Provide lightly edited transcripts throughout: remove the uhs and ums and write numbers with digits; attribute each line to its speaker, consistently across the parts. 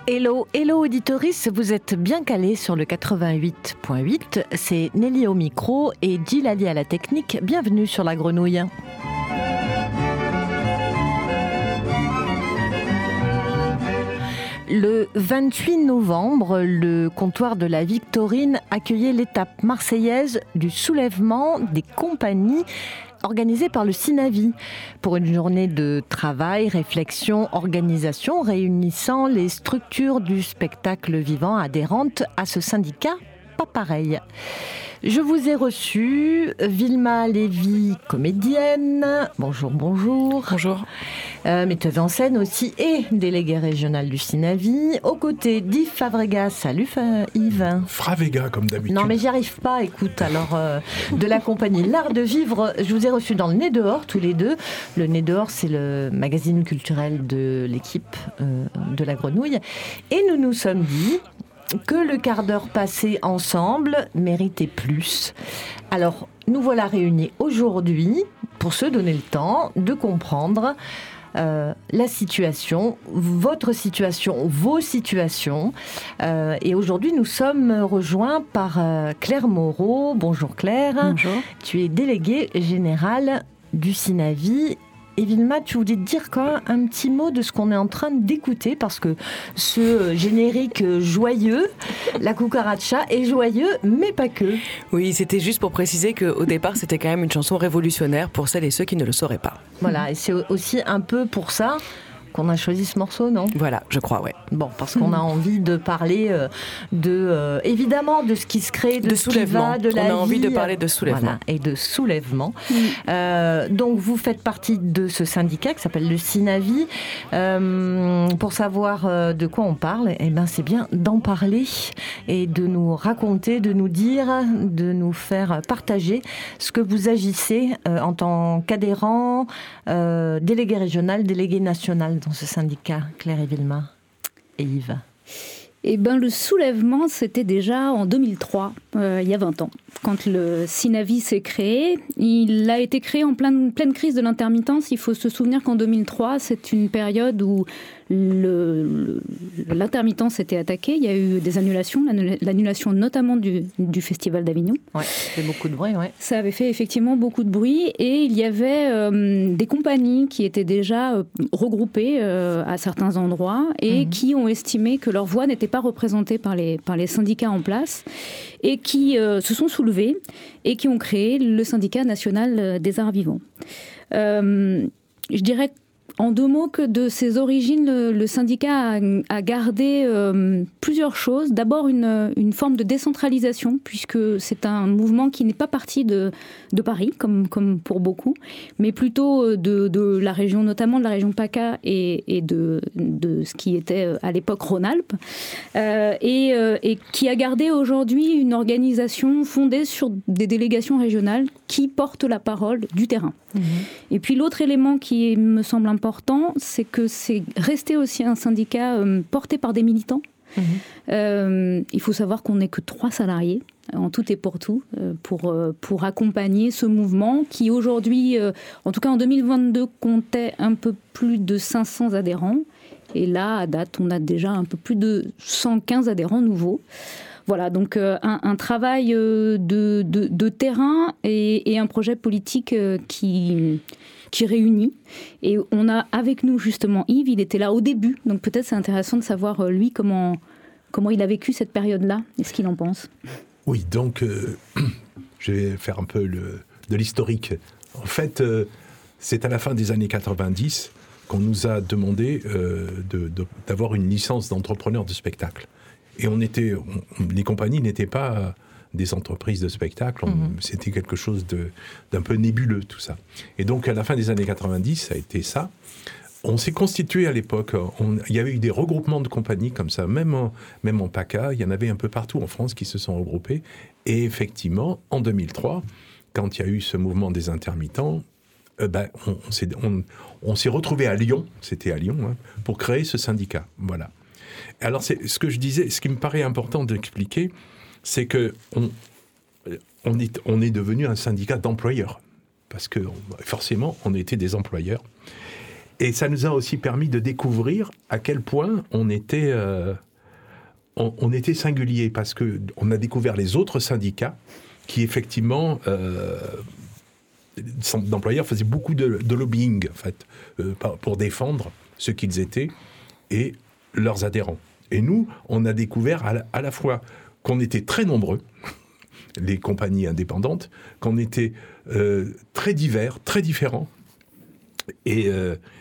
Speaker 1: Hello, hello auditoris, vous êtes bien calés sur le 88.8, c'est Nelly au micro et Gilles Ali à la technique, bienvenue sur La Grenouille. Le 28 novembre, le comptoir de la Victorine accueillait l'étape marseillaise du soulèvement des compagnies organisée par le SINAVI pour une journée de travail, réflexion, organisation réunissant les structures du spectacle vivant adhérentes à ce syndicat pas pareil. Je vous ai reçu, Vilma Lévy, comédienne. Bonjour, bonjour.
Speaker 2: Bonjour.
Speaker 1: Metteuse en scène aussi et déléguée régionale du SINAVI. Aux côtés d'Yves Favregas. Salut Yves.
Speaker 3: Fravega, comme d'habitude.
Speaker 1: Non, mais j'y arrive pas. Écoute, alors, de la compagnie L'Art de Vivre, je vous ai reçu dans le Nez dehors, tous les deux. Le Nez dehors, c'est le magazine culturel de l'équipe de La Grenouille. Et nous nous sommes dit que le quart d'heure passé ensemble méritait plus. Alors, nous voilà réunis aujourd'hui pour se donner le temps de comprendre la situation, votre situation, vos situations. Et aujourd'hui, nous sommes rejoints par Claire Moreau. Bonjour Claire.
Speaker 2: Bonjour.
Speaker 1: Tu es déléguée générale du SINAVI. Et Vilma, tu voulais dire quand même un petit mot de ce qu'on est en train d'écouter, parce que ce générique joyeux, la cucaracha, est joyeux, mais pas que.
Speaker 2: Oui, c'était juste pour préciser qu'au départ, c'était quand même une chanson révolutionnaire pour celles et ceux qui ne le sauraient pas.
Speaker 1: Voilà, et c'est aussi un peu pour ça qu'on a choisi ce morceau, non ?
Speaker 2: Voilà, je crois, ouais.
Speaker 1: Bon, parce qu'on a envie de parler évidemment, de ce qui se crée, de ce qui va, de la vie.
Speaker 2: On a envie de parler de soulèvement.
Speaker 1: Voilà, et de soulèvement. Donc, vous faites partie de ce syndicat qui s'appelle le SINAVI. Pour savoir de quoi on parle, eh ben, c'est bien d'en parler et de nous raconter, de nous dire, de nous faire partager ce que vous agissez en tant qu'adhérent, délégué régional, délégué national dans ce syndicat, Claire et Vilma et Yves.
Speaker 4: Eh ben, le soulèvement, c'était déjà en 2003, il y a 20 ans. Quand le SINAVI s'est créé, il a été créé en pleine crise de l'intermittence. Il faut se souvenir qu'en 2003, c'est une période où l'intermittence était attaquée. Il y a eu des annulations, l'annulation notamment du Festival d'Avignon.
Speaker 1: Ouais, ça fait beaucoup de bruit, ouais.
Speaker 4: Ça avait fait effectivement beaucoup de bruit et il y avait des compagnies qui étaient déjà regroupées à certains endroits et qui ont estimé que leur voix n'était pas représentée par les syndicats en place et qui se sont soulevés et qui ont créé le syndicat national des arts vivants. Je dirais en deux mots que de ses origines, le syndicat a gardé plusieurs choses. D'abord, une forme de décentralisation, puisque c'est un mouvement qui n'est pas parti de Paris, comme pour beaucoup, mais plutôt de la région, notamment de la région PACA et de ce qui était à l'époque Rhône-Alpes, et qui a gardé aujourd'hui une organisation fondée sur des délégations régionales qui portent la parole du terrain. Et puis l'autre élément qui me semble important, c'est que c'est resté aussi un syndicat porté par des militants. Il faut savoir qu'on n'est que 3 salariés en tout et pour tout pour accompagner ce mouvement qui aujourd'hui, en tout cas en 2022, comptait un peu plus de 500 adhérents. Et là, à date, on a déjà un peu plus de 115 adhérents nouveaux. Voilà, donc un travail de terrain et un projet politique qui réunit. Et on a avec nous justement Yves, il était là au début, donc peut-être c'est intéressant de savoir lui comment il a vécu cette période-là et ce qu'il en pense.
Speaker 3: Oui, donc je vais faire un peu de l'historique. En fait, c'est à la fin des années 90 qu'on nous a demandé d'avoir une licence d'entrepreneur de spectacle. Et les compagnies n'étaient pas des entreprises de spectacle, c'était quelque chose d'un peu nébuleux, tout ça. Et donc, à la fin des années 90, ça a été ça. On s'est constitué à l'époque, il y avait eu des regroupements de compagnies comme ça, même en PACA, il y en avait un peu partout en France qui se sont regroupés. Et effectivement, en 2003, quand il y a eu ce mouvement des intermittents, on s'est retrouvés à Lyon, c'était à Lyon, pour créer ce syndicat. Voilà. Alors, c'est ce que je disais, ce qui me paraît important d'expliquer, c'est que on est devenu un syndicat d'employeurs. Parce que, forcément, on était des employeurs. Et ça nous a aussi permis de découvrir à quel point on était singulier, parce qu'on a découvert les autres syndicats qui, effectivement, d'employeurs faisaient beaucoup de lobbying, en fait, pour défendre ce qu'ils étaient et leurs adhérents. Et nous, on a découvert à la fois qu'on était très nombreux, les compagnies indépendantes, qu'on était très divers, très différents, et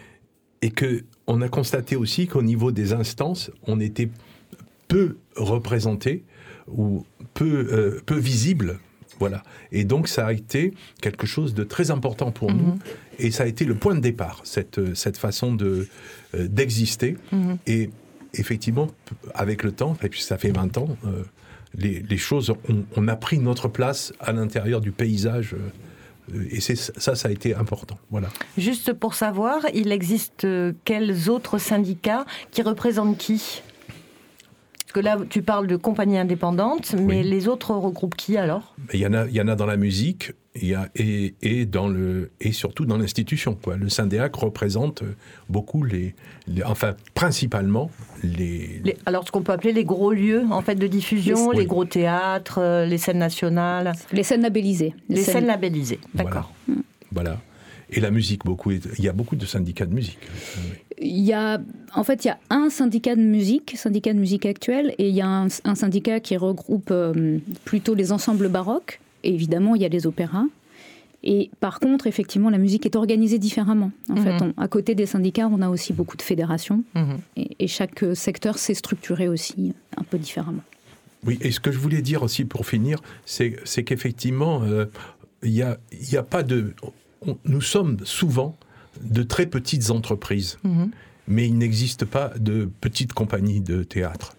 Speaker 3: qu'on a constaté aussi qu'au niveau des instances, on était peu représentés ou peu visibles. Voilà. Et donc, ça a été quelque chose de très important pour nous. Et ça a été le point de départ, cette façon d'exister. Et effectivement, avec le temps, et puis ça fait 20 ans, les choses, on a pris notre place à l'intérieur du paysage. Et ça a été important. Voilà.
Speaker 1: Juste pour savoir, il existe quels autres syndicats qui représentent qui ? Parce que là, tu parles de compagnies indépendantes, mais les autres regroupent qui alors ?
Speaker 3: Il y en a dans la musique et surtout dans l'institution, quoi. Le Syndeac représente beaucoup enfin principalement
Speaker 1: alors ce qu'on peut appeler les gros lieux en fait de diffusion, les gros théâtres, les scènes nationales,
Speaker 4: les scènes labellisées.
Speaker 1: Les scènes labellisées, d'accord.
Speaker 3: Voilà. Et la musique, il y a beaucoup de syndicats de musique.
Speaker 4: Il y a un syndicat de musique actuel, et il y a un syndicat qui regroupe plutôt les ensembles baroques, et évidemment il y a les opéras. Et par contre, effectivement, la musique est organisée différemment. En fait, à côté des syndicats, on a aussi beaucoup de fédérations, et chaque secteur s'est structuré aussi un peu différemment.
Speaker 3: Oui, et ce que je voulais dire aussi pour finir, c'est qu'effectivement, il y a pas de... Nous sommes souvent de très petites entreprises, mais il n'existe pas de petites compagnies de théâtre.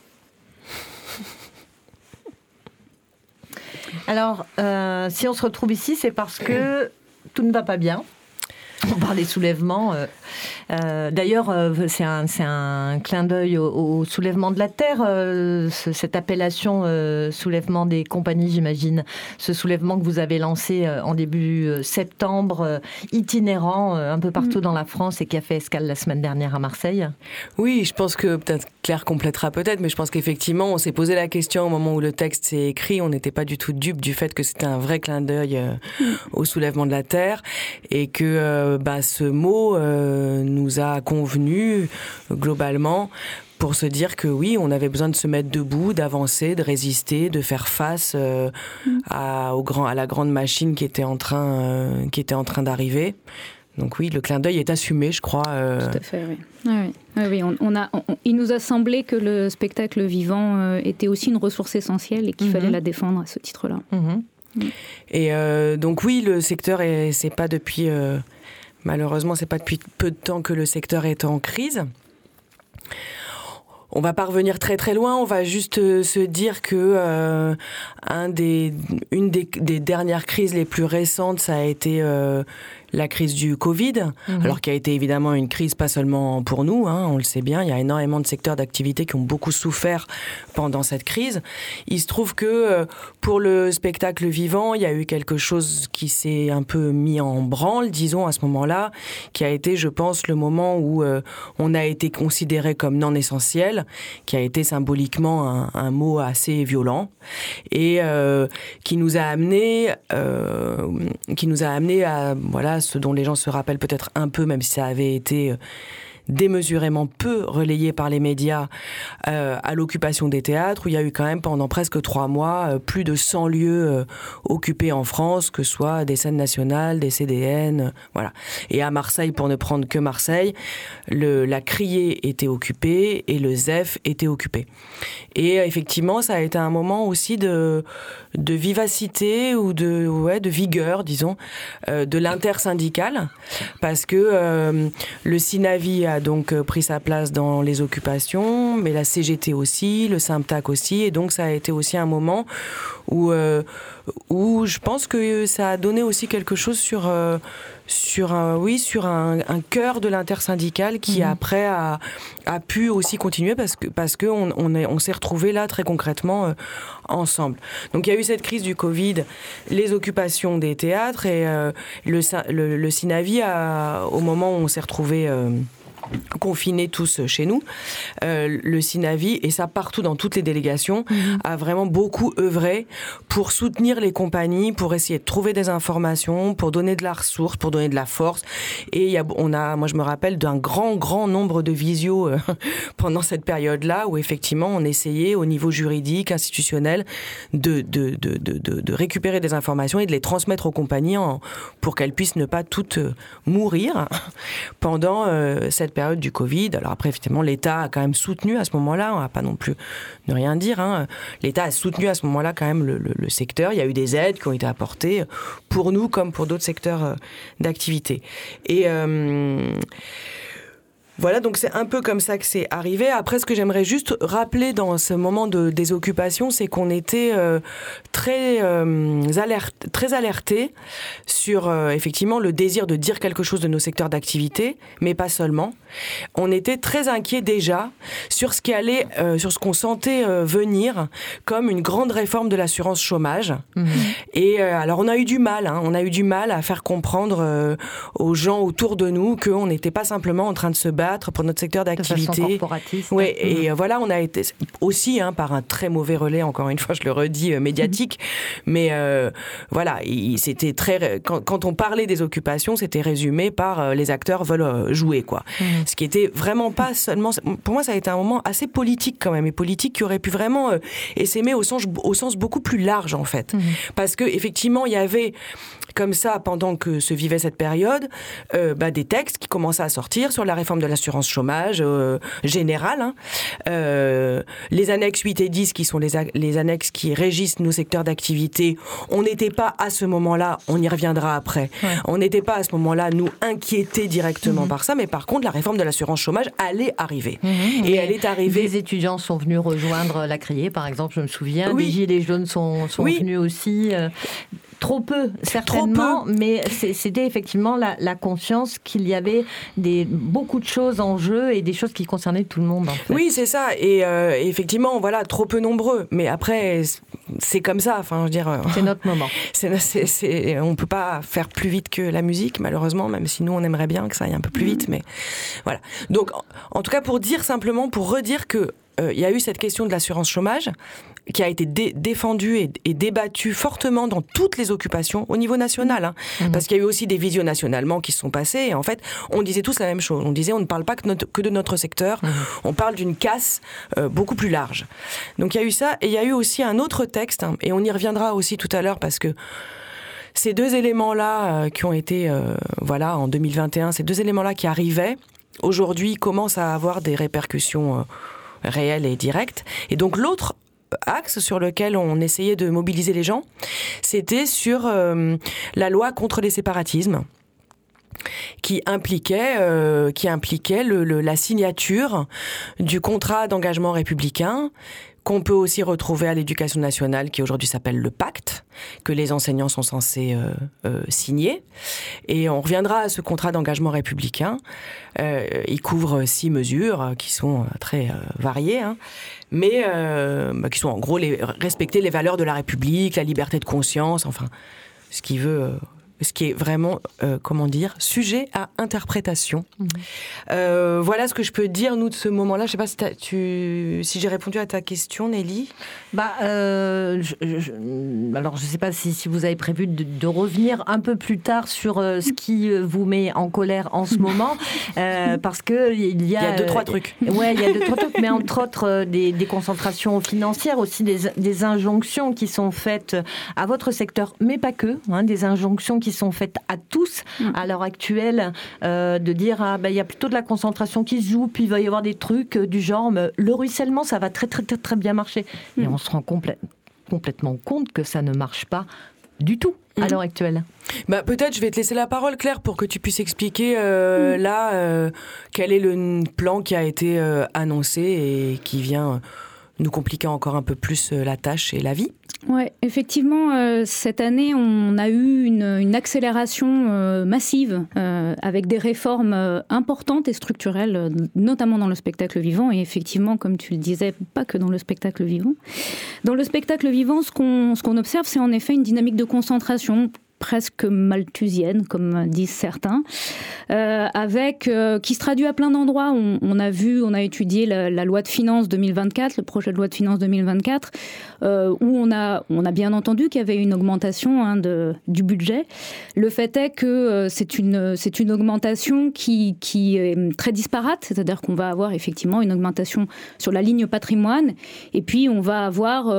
Speaker 1: Alors, si on se retrouve ici, c'est parce que tout ne va pas bien. On parle des soulèvements. D'ailleurs, c'est un clin d'œil au soulèvement de la Terre, cette appellation soulèvement des compagnies, j'imagine. Ce soulèvement que vous avez lancé en début septembre, itinérant un peu partout dans la France et qui a fait escale la semaine dernière à Marseille.
Speaker 2: Oui, je pense que peut-être Claire complétera peut-être, mais je pense qu'effectivement, on s'est posé la question au moment où le texte s'est écrit. On n'était pas du tout dupe du fait que c'était un vrai clin d'œil au soulèvement de la Terre et que ce mot nous a convenu globalement pour se dire que oui, on avait besoin de se mettre debout, d'avancer, de résister, de faire face à la grande machine qui était en train d'arriver. Donc oui, le clin d'œil est assumé, je crois.
Speaker 4: Tout à fait, oui. Il nous a semblé que le spectacle vivant était aussi une ressource essentielle et qu'il fallait la défendre à ce titre-là.
Speaker 2: Et donc oui, le secteur, c'est pas depuis... malheureusement, c'est pas depuis peu de temps que le secteur est en crise. On va pas revenir très très loin, on va juste se dire que une des dernières crises les plus récentes, ça a été la crise du Covid, alors qui a été évidemment une crise pas seulement pour nous, on le sait bien, il y a énormément de secteurs d'activité qui ont beaucoup souffert pendant cette crise. Il se trouve que pour le spectacle vivant, il y a eu quelque chose qui s'est un peu mis en branle, disons, à ce moment-là, qui a été, je pense, le moment où on a été considéré comme non essentiel, qui a été symboliquement un mot assez violent, et qui nous a amené à ce dont les gens se rappellent peut-être un peu, même si ça avait été démesurément peu relayé par les médias, à l'occupation des théâtres, où il y a eu quand même pendant presque 3 mois plus de 100 lieux occupés en France, que ce soit des scènes nationales, des CDN, voilà. Et à Marseille, pour ne prendre que Marseille, la Criée était occupée et le ZEF était occupé. Et effectivement, ça a été un moment aussi de vivacité ou de vigueur, disons, de l'intersyndicale, parce que le CINAVI a a donc pris sa place dans les occupations, mais la CGT aussi, le Symptac aussi, et donc ça a été aussi un moment où je pense que ça a donné aussi quelque chose sur un cœur de l'intersyndicale qui après a pu aussi continuer parce que on s'est retrouvés là très concrètement ensemble. Donc il y a eu cette crise du Covid, les occupations des théâtres et le Synavi au moment où on s'est retrouvés confinés tous chez nous, le Synavi, et ça partout dans toutes les délégations, a vraiment beaucoup œuvré pour soutenir les compagnies, pour essayer de trouver des informations, pour donner de la ressource, pour donner de la force. Et moi je me rappelle d'un grand nombre de visios pendant cette période-là, où effectivement on essayait au niveau juridique, institutionnel, de récupérer des informations et de les transmettre aux compagnies pour qu'elles puissent ne pas toutes mourir pendant cette période du Covid. Alors après, effectivement, l'État a quand même soutenu à ce moment-là, on va pas non plus ne rien dire, hein. L'État a soutenu à ce moment-là quand même le secteur. Il y a eu des aides qui ont été apportées pour nous comme pour d'autres secteurs d'activité. Et voilà, donc c'est un peu comme ça que c'est arrivé. Après, ce que j'aimerais juste rappeler dans ce moment des occupations, c'est qu'on était très alertés sur effectivement le désir de dire quelque chose de nos secteurs d'activité, mais pas seulement. On était très inquiets déjà sur ce qui allait, sur ce qu'on sentait venir comme une grande réforme de l'assurance chômage. Et alors on a eu du mal à faire comprendre aux gens autour de nous qu'on n'était pas simplement en train de se battre pour notre secteur d'activité.
Speaker 1: De façon corporatiste.
Speaker 2: Oui, et voilà, on a été aussi par un très mauvais relais, encore une fois, je le redis, médiatique. Mais voilà, c'était très. Quand on parlait des occupations, c'était résumé par les acteurs veulent jouer, quoi. Ce qui était vraiment pas seulement. Pour moi, ça a été un moment assez politique quand même, et politique qui aurait pu vraiment essaimer au sens beaucoup plus large en fait, parce que effectivement, il y avait comme ça, pendant que se vivait cette période, des textes qui commençaient à sortir sur la réforme de l'assurance chômage générale. Les annexes 8 et 10, qui sont les annexes qui régissent nos secteurs d'activité, on n'était pas à ce moment-là, on y reviendra après, on n'était pas à ce moment-là, nous, inquiétés directement par ça, mais par contre, la réforme de l'assurance chômage allait arriver. Et elle est arrivée...
Speaker 1: Les étudiants sont venus rejoindre la Criée, par exemple, je me souviens. Les Gilets jaunes sont venus aussi... Trop peu, certainement, mais c'était effectivement la conscience qu'il y avait beaucoup de choses en jeu et des choses qui concernaient tout le monde. En fait.
Speaker 2: Oui, c'est ça. Et effectivement, voilà, trop peu nombreux. Mais après, c'est comme ça. Enfin, je veux dire,
Speaker 1: c'est notre moment.
Speaker 2: On peut pas faire plus vite que la musique, malheureusement, même si nous, on aimerait bien que ça aille un peu plus vite. Mais voilà. Donc, en tout cas, pour redire que il y a eu cette question de l'assurance chômage qui a été défendue et débattue fortement dans toutes les occupations au niveau national. Parce qu'il y a eu aussi des visios nationalement qui se sont passées. Et en fait, on disait tous la même chose. On disait on ne parle pas que de notre secteur. On parle d'une casse beaucoup plus large. Donc il y a eu ça. Et il y a eu aussi un autre texte, et on y reviendra aussi tout à l'heure parce que ces deux éléments-là qui ont été, en 2021, ces deux éléments-là qui arrivaient, aujourd'hui commencent à avoir des répercussions réelles et directes. Et donc l'autre axe sur lequel on essayait de mobiliser les gens, c'était sur la loi contre les séparatismes, qui impliquait la signature du contrat d'engagement républicain, qu'on peut aussi retrouver à l'éducation nationale, qui aujourd'hui s'appelle le pacte, que les enseignants sont censés signer. Et on reviendra à ce contrat d'engagement républicain. Il couvre 6 mesures qui sont très variées, mais qui sont en gros respecter les valeurs de la République, la liberté de conscience, enfin, ce qui est vraiment, sujet à interprétation. Voilà ce que je peux dire, nous, de ce moment-là. Je ne sais pas si j'ai répondu à ta question, Nelly.
Speaker 1: Alors, je ne sais pas si vous avez prévu de revenir un peu plus tard sur ce qui vous met en colère en ce moment, parce que il y a
Speaker 2: 2-3 trucs.
Speaker 1: Ouais, il y a 2-3 trucs, mais entre autres des concentrations financières, aussi des injonctions qui sont faites à votre secteur, mais pas que, des injonctions qui sont faites à tous à l'heure actuelle, de dire il y a plutôt de la concentration qui se joue, puis il va y avoir des trucs du genre le ruissellement, ça va très très très très bien marcher. Et on se rend complètement compte que ça ne marche pas du tout à l'heure actuelle.
Speaker 2: Peut-être je vais te laisser la parole, Claire, pour que tu puisses expliquer quel est le plan qui a été annoncé et qui vient nous compliquer encore un peu plus la tâche et la vie.
Speaker 4: Oui, effectivement, cette année, on a eu une accélération massive avec des réformes importantes et structurelles, notamment dans le spectacle vivant. Et effectivement, comme tu le disais, pas que dans le spectacle vivant. Dans le spectacle vivant, ce qu'on observe, c'est en effet une dynamique de concentration presque malthusienne, comme disent certains, qui se traduit à plein d'endroits. On a étudié la loi de finances 2024, le projet de loi de finances 2024, où on a bien entendu qu'il y avait une augmentation du budget. Le fait est que c'est une augmentation qui est très disparate, c'est-à-dire qu'on va avoir effectivement une augmentation sur la ligne patrimoine, et puis on va avoir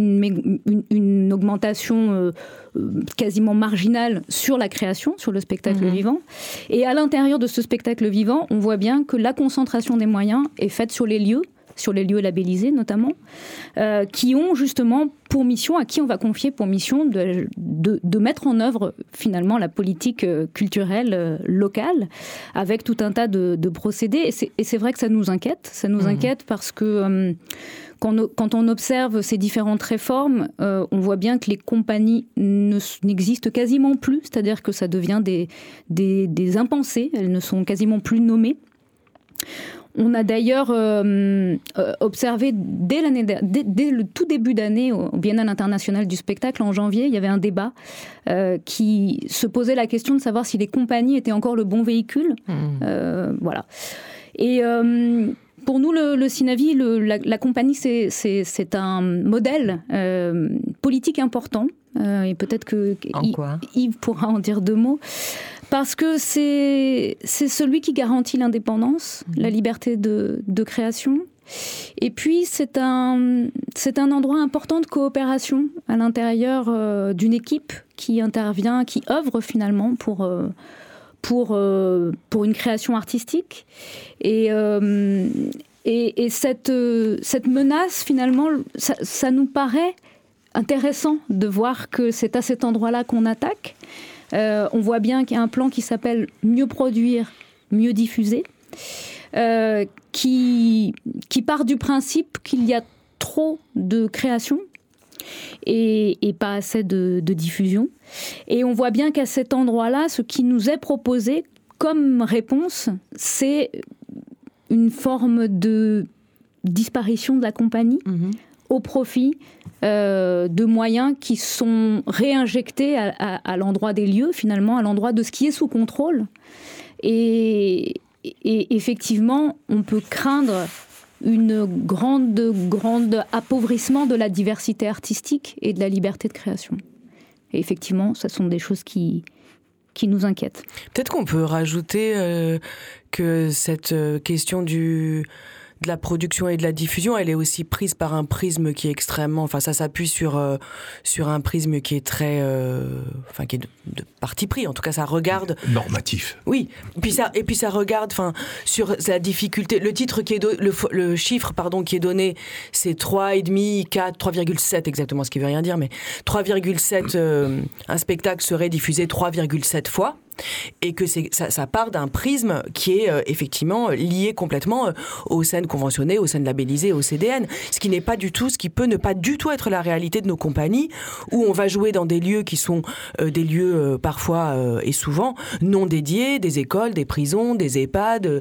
Speaker 4: une augmentation quasiment marginale sur la création, sur le spectacle vivant. Et à l'intérieur de ce spectacle vivant, on voit bien que la concentration des moyens est faite sur les lieux labellisés notamment, qui ont justement pour mission, à qui on va confier pour mission de mettre en œuvre finalement la politique culturelle locale, avec tout un tas de procédés. Et c'est vrai que ça nous inquiète. Ça nous inquiète parce que quand on observe ces différentes réformes, on voit bien que les compagnies n'existent quasiment plus, c'est-à-dire que ça devient des impensés, elles ne sont quasiment plus nommées. On a d'ailleurs observé dès le tout début d'année au Biennale internationale du spectacle en janvier, il y avait un débat qui se posait la question de savoir si les compagnies étaient encore le bon véhicule. Voilà. Et pour nous, le Cinavi, la compagnie, c'est un modèle politique important. Et peut-être que Yves pourra en dire 2 mots. Parce que c'est celui qui garantit l'indépendance, la liberté de création. Et puis, c'est un endroit important de coopération à l'intérieur d'une équipe qui intervient, qui œuvre finalement pour une création artistique. Et cette menace, finalement, ça nous paraît intéressant de voir que c'est à cet endroit-là qu'on attaque. On voit bien qu'il y a un plan qui s'appelle « Mieux produire, mieux diffuser », qui part du principe qu'il y a trop de création et pas assez de diffusion. Et on voit bien qu'à cet endroit-là, ce qui nous est proposé comme réponse, c'est une forme de disparition de la compagnie au profit de moyens qui sont réinjectés à l'endroit des lieux, finalement, à l'endroit de ce qui est sous contrôle. Et effectivement, on peut craindre une grande appauvrissement de la diversité artistique et de la liberté de création. Et effectivement, ce sont des choses qui nous inquiètent.
Speaker 2: Peut-être qu'on peut rajouter que cette question de la production et de la diffusion, elle est aussi prise par un prisme qui est extrêmement... Enfin, ça s'appuie sur un prisme qui est très... qui est de parti pris. En tout cas, ça regarde...
Speaker 3: Normatif.
Speaker 2: Oui. Et puis ça regarde sur la difficulté... Le titre qui est le chiffre qui est donné, c'est 3,5, 4, 3,7 exactement, ce qui veut rien dire, mais 3,7... un spectacle serait diffusé 3,7 fois. Et que ça part d'un prisme qui est effectivement lié complètement aux scènes conventionnées, aux scènes labellisées, aux CDN, ce qui peut ne pas du tout être la réalité de nos compagnies, où on va jouer dans des lieux qui sont des lieux parfois et souvent non dédiés, des écoles, des prisons, des EHPAD,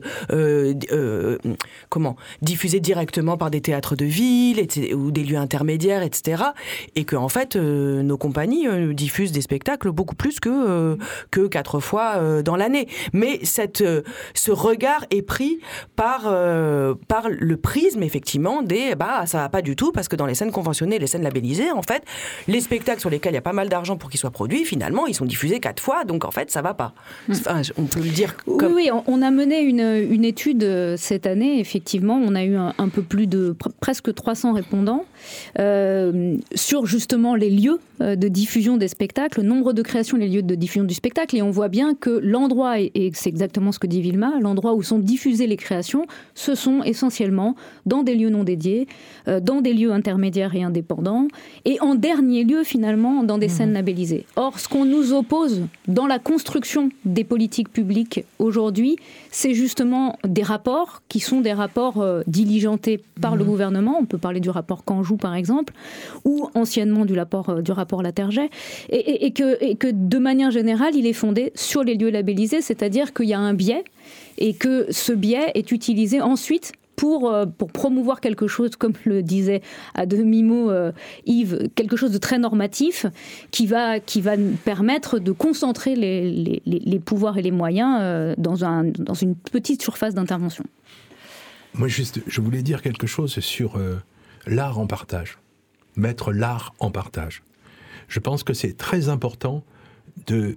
Speaker 2: diffusés directement par des théâtres de ville ou des lieux intermédiaires, etc. Et que en fait nos compagnies diffusent des spectacles beaucoup plus que 4 fois dans l'année. Mais ce regard est pris par le prisme, effectivement, ça va pas du tout, parce que dans les scènes conventionnées, les scènes labellisées, en fait, les spectacles sur lesquels il y a pas mal d'argent pour qu'ils soient produits, finalement, ils sont diffusés 4 fois, donc en fait, ça va pas. Enfin, on peut le dire comme...
Speaker 4: Oui, on a mené une étude cette année, effectivement, on a eu un peu plus de presque 300 répondants sur justement les lieux de diffusion des spectacles, le nombre de créations, les lieux de diffusion du spectacle. Et on voit bien que l'endroit, et c'est exactement ce que dit Vilma, l'endroit où sont diffusées les créations, ce sont essentiellement dans des lieux non dédiés, dans des lieux intermédiaires et indépendants, et en dernier lieu, finalement, dans des scènes labellisées. Or, ce qu'on nous oppose dans la construction des politiques publiques aujourd'hui, c'est justement des rapports qui sont des rapports diligentés par le gouvernement. On peut parler du rapport Canjou, par exemple, ou anciennement du rapport Laterget, et que de manière générale, il est fondé sur les lieux labellisés, c'est-à-dire qu'il y a un biais, et que ce biais est utilisé ensuite pour promouvoir quelque chose, comme le disait à demi-mot Yves, quelque chose de très normatif qui va permettre de concentrer les pouvoirs et les moyens dans une petite surface d'intervention.
Speaker 3: Moi, je voulais dire quelque chose sur l'art en partage. Mettre l'art en partage. Je pense que c'est très important de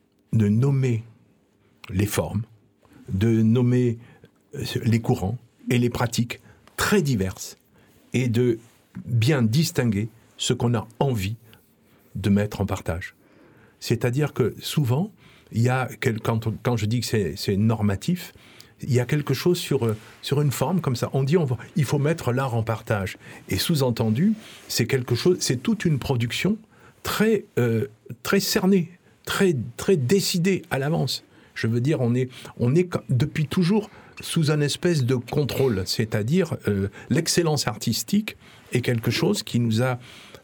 Speaker 3: nommer les formes, de nommer les courants et les pratiques très diverses et de bien distinguer ce qu'on a envie de mettre en partage. C'est-à-dire que souvent, il y a, quand je dis que c'est normatif, il y a quelque chose sur une forme comme ça. On dit il faut mettre l'art en partage. Et sous-entendu, c'est toute une production très cernée, très décidée à l'avance. Je veux dire, on est depuis toujours sous un espèce de contrôle, c'est-à-dire l'excellence artistique est quelque chose qui nous a,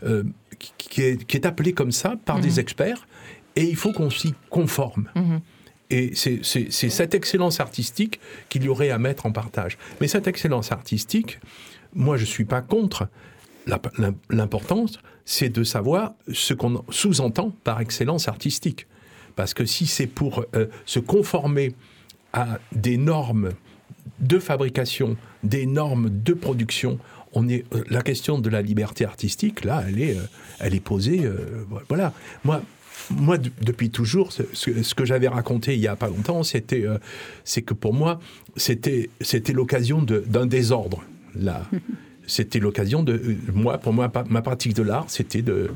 Speaker 3: qui est appelé comme ça par des experts, et il faut qu'on s'y conforme. Et c'est cette excellence artistique qu'il y aurait à mettre en partage. Mais cette excellence artistique, moi je ne suis pas contre. L'importance, c'est de savoir ce qu'on sous-entend par excellence artistique. Parce que si c'est pour se conformer à des normes de fabrication, des normes de production, la question de la liberté artistique, là, elle est posée. Voilà. Moi, depuis toujours, ce que j'avais raconté il n'y a pas longtemps, c'est que pour moi, c'était l'occasion d'un désordre. Là. C'était l'occasion pour moi, ma pratique de l'art, c'était de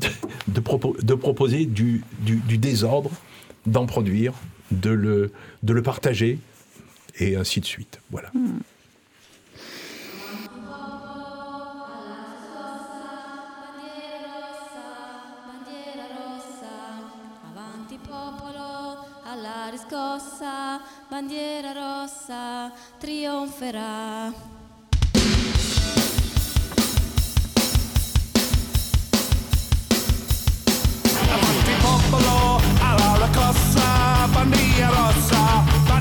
Speaker 3: proposer du désordre, d'en produire, de le partager, et ainsi de suite. Voilà.
Speaker 5: Bandiera rossa trionferà. Avanti popolo, alla cossa, bandiera rossa,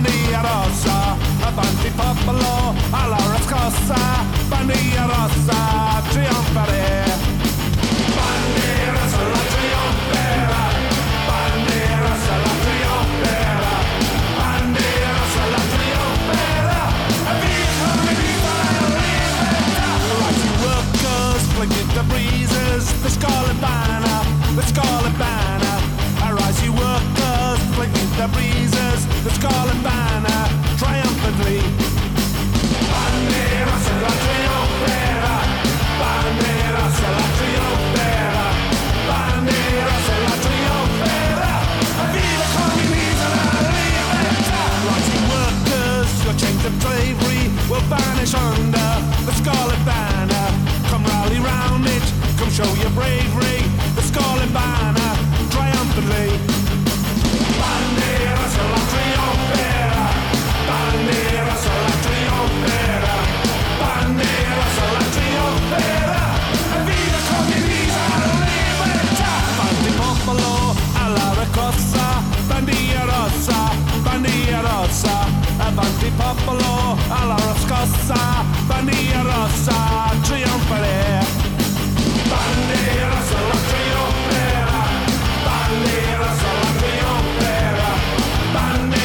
Speaker 5: avanti popolo, alla scossa, bandiera rossa, trionfere. Bandiera sulla trionfera, bandiera sulla trionfera, bandiera sulla trionfera, viva la libertà. Rising workers, blinking the breezes, the scarlet banner, the scarlet banner. Rising workers, blinking the breezes, the scarlet banner, triumphantly. Bandiera sulla trionfera, bandiera sulla trionfera, bandiera sulla trionfera, viva comunismo, la libertà. Rising workers, your chains of slavery will vanish under the scarlet banner. Come rally round it, come show your bravery, the scarlet banner, triumphantly. Bandiera sulla trionfera, bandiera sulla trionfera, bandiera sulla trionfera, viva comunismo, la libertà. Avanti popolo, alla cossa, bandiera rossa, avanti popolo, alla scossa, bandiera rossa, trionfare. Bandiera sulla trionfera, bandiera sulla trionfera, bandiera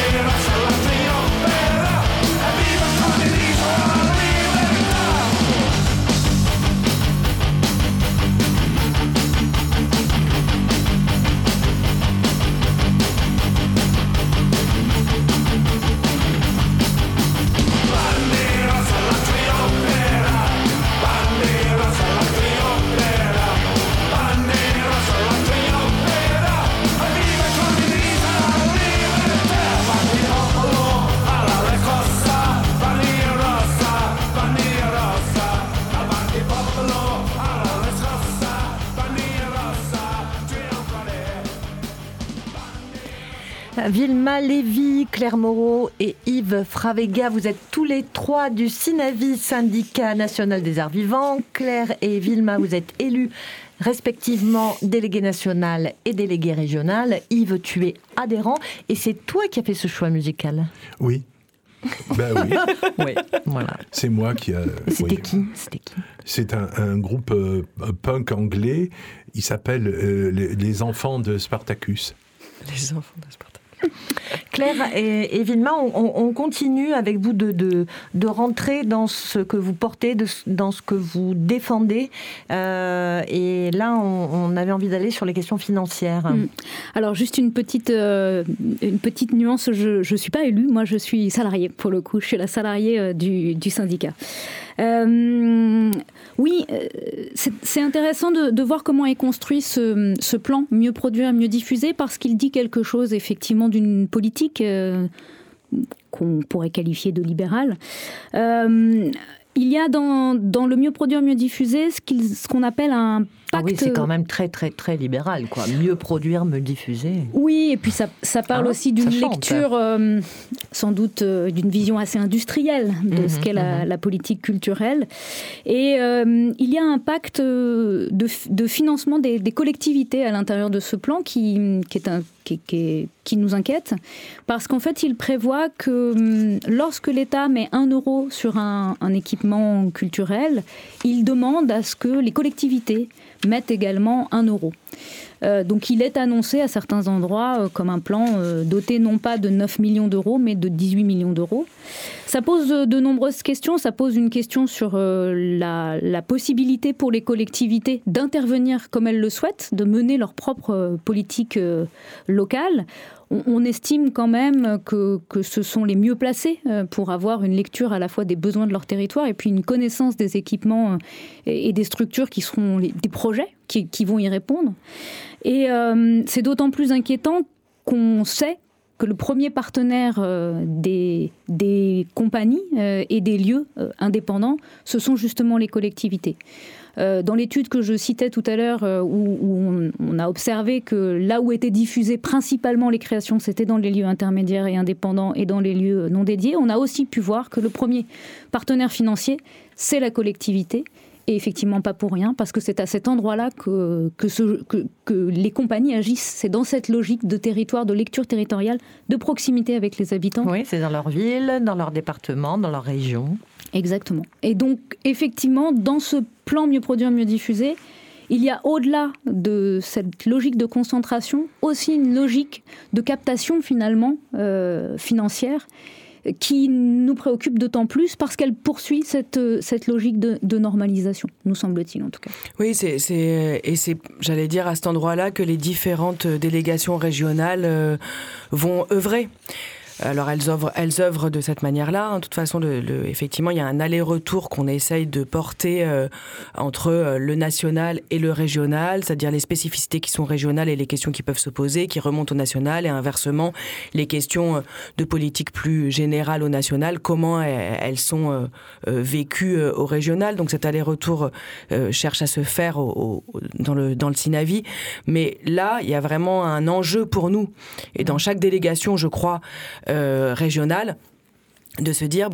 Speaker 1: Vilma Lévy, Claire Moreau et Yves Fravega, vous êtes tous les trois du SYNAVI, syndicat national des arts vivants. Claire et Vilma, vous êtes élus respectivement délégué national et délégué régional. Yves, tu es adhérent et c'est toi qui as fait ce choix musical.
Speaker 3: Oui. Ben oui.
Speaker 1: Oui, voilà.
Speaker 3: C'est moi qui a...
Speaker 1: C'était
Speaker 3: oui.
Speaker 1: qui
Speaker 3: C'est un groupe punk anglais. Il s'appelle les Enfants de Spartacus.
Speaker 2: Les enfants de Spartacus.
Speaker 1: Claire et Vilma, on continue avec vous de rentrer dans ce que vous portez, dans ce que vous défendez. Et là, on avait envie d'aller sur les questions financières.
Speaker 4: Alors, juste une petite nuance. Je ne suis pas élue, moi je suis salariée, pour le coup. Je suis la salariée du syndicat. Oui, c'est intéressant de voir comment est construit ce plan mieux produire, mieux diffuser, parce qu'il dit quelque chose effectivement d'une politique qu'on pourrait qualifier de libérale. Il y a dans le mieux produire, mieux diffuser ce qu'on appelle un pacte...
Speaker 1: Ah oui, c'est quand même très, très, très libéral, quoi. Mieux produire, mieux diffuser.
Speaker 4: Oui, et puis ça parle aussi d'une lecture, sans doute, d'une vision assez industrielle de ce qu'est la politique culturelle. Et il y a un pacte de financement des collectivités à l'intérieur de ce plan qui nous inquiète, parce qu'en fait, il prévoit que lorsque l'État met 1 euro sur un équipement culturel, il demande à ce que les collectivités mettent également 1 euro. Donc il est annoncé à certains endroits comme un plan doté non pas de 9 millions d'euros, mais de 18 millions d'euros. Ça pose de nombreuses questions. Ça pose une question sur la possibilité pour les collectivités d'intervenir comme elles le souhaitent, de mener leur propre politique locale. On estime quand même que ce sont les mieux placés pour avoir une lecture à la fois des besoins de leur territoire et puis une connaissance des équipements et des structures qui seront des projets qui vont y répondre. Et c'est d'autant plus inquiétant qu'on sait que le premier partenaire des compagnies et des lieux indépendants, ce sont justement les collectivités. Dans l'étude que je citais tout à l'heure, où on a observé que là où étaient diffusées principalement les créations, c'était dans les lieux intermédiaires et indépendants et dans les lieux non dédiés, on a aussi pu voir que le premier partenaire financier, c'est la collectivité. Et effectivement pas pour rien, parce que c'est à cet endroit-là que les compagnies agissent. C'est dans cette logique de territoire, de lecture territoriale, de proximité avec les habitants.
Speaker 1: Oui, c'est dans leur ville, dans leur département, dans leur région.
Speaker 4: Exactement. Et donc, effectivement, dans ce plan mieux produire, mieux diffuser, il y a au-delà de cette logique de concentration, aussi une logique de captation finalement financière, qui nous préoccupe d'autant plus parce qu'elle poursuit cette logique de normalisation, nous semble-t-il en tout cas. Oui,
Speaker 2: c'est, j'allais dire, à cet endroit-là que les différentes délégations régionales vont œuvrer. Alors elles œuvrent de cette manière-là. De toute façon, effectivement, il y a un aller-retour qu'on essaye de porter entre le national et le régional, c'est-à-dire les spécificités qui sont régionales et les questions qui peuvent se poser, qui remontent au national, et inversement, les questions de politique plus générale au national, comment elles sont vécues au régional. Donc cet aller-retour cherche à se faire dans le SYNAVI. Mais là, il y a vraiment un enjeu pour nous. Et dans chaque délégation, je crois, régionale, de se dire,